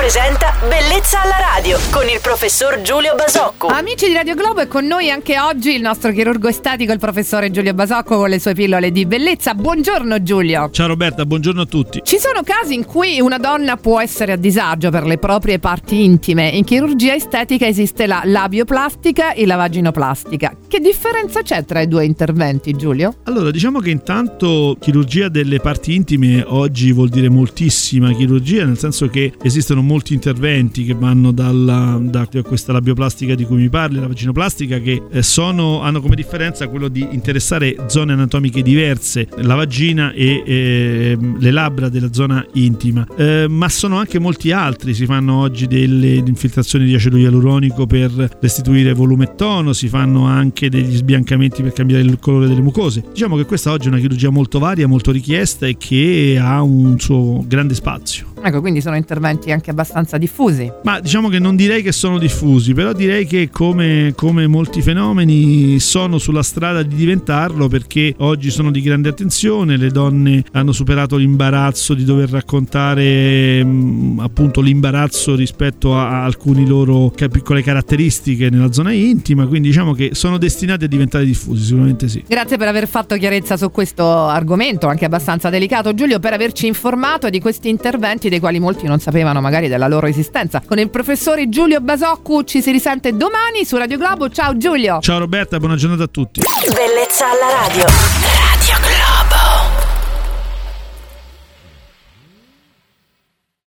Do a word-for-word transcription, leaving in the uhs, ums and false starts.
presenta Bellezza alla radio con il professor Giulio Basocco. Amici di Radio Globo, è con noi anche oggi il nostro chirurgo estetico, il professore Giulio Basocco, con le sue pillole di bellezza. Buongiorno Giulio. Ciao Roberta, buongiorno a tutti. Ci sono casi in cui una donna può essere a disagio per le proprie parti intime. In chirurgia estetica esiste la labioplastica e la vaginoplastica. Che differenza c'è tra i due interventi, Giulio? Allora, diciamo che intanto chirurgia delle parti intime oggi vuol dire moltissima chirurgia, nel senso che esistono molti interventi che vanno dalla, da questa labioplastica di cui mi parli, la vaginoplastica, che eh, sono, hanno come differenza quello di interessare zone anatomiche diverse, la vagina e eh, le labbra della zona intima, eh, ma sono anche molti altri. Si fanno oggi delle infiltrazioni di acido ialuronico per restituire volume e tono, si fanno anche degli sbiancamenti per cambiare il colore delle mucose. Diciamo che questa oggi è una chirurgia molto varia, molto richiesta e che ha un suo grande spazio. Ecco, quindi sono interventi anche abbastanza diffusi. Ma diciamo che non direi che sono diffusi, però direi che come, come molti fenomeni sono sulla strada di diventarlo, perché oggi sono di grande attenzione. Le donne hanno superato l'imbarazzo di dover raccontare mh, appunto l'imbarazzo rispetto a, a alcuni loro piccole caratteristiche nella zona intima, quindi diciamo che sono destinati a diventare diffusi, sicuramente sì. Grazie per aver fatto chiarezza su questo argomento anche abbastanza delicato, Giulio, per averci informato di questi interventi dei quali molti non sapevano magari della loro esistenza. Con il professore Giulio Basocco ci si risente domani su Radio Globo. Ciao Giulio. Ciao Roberta, buona giornata a tutti. Bellezza alla radio.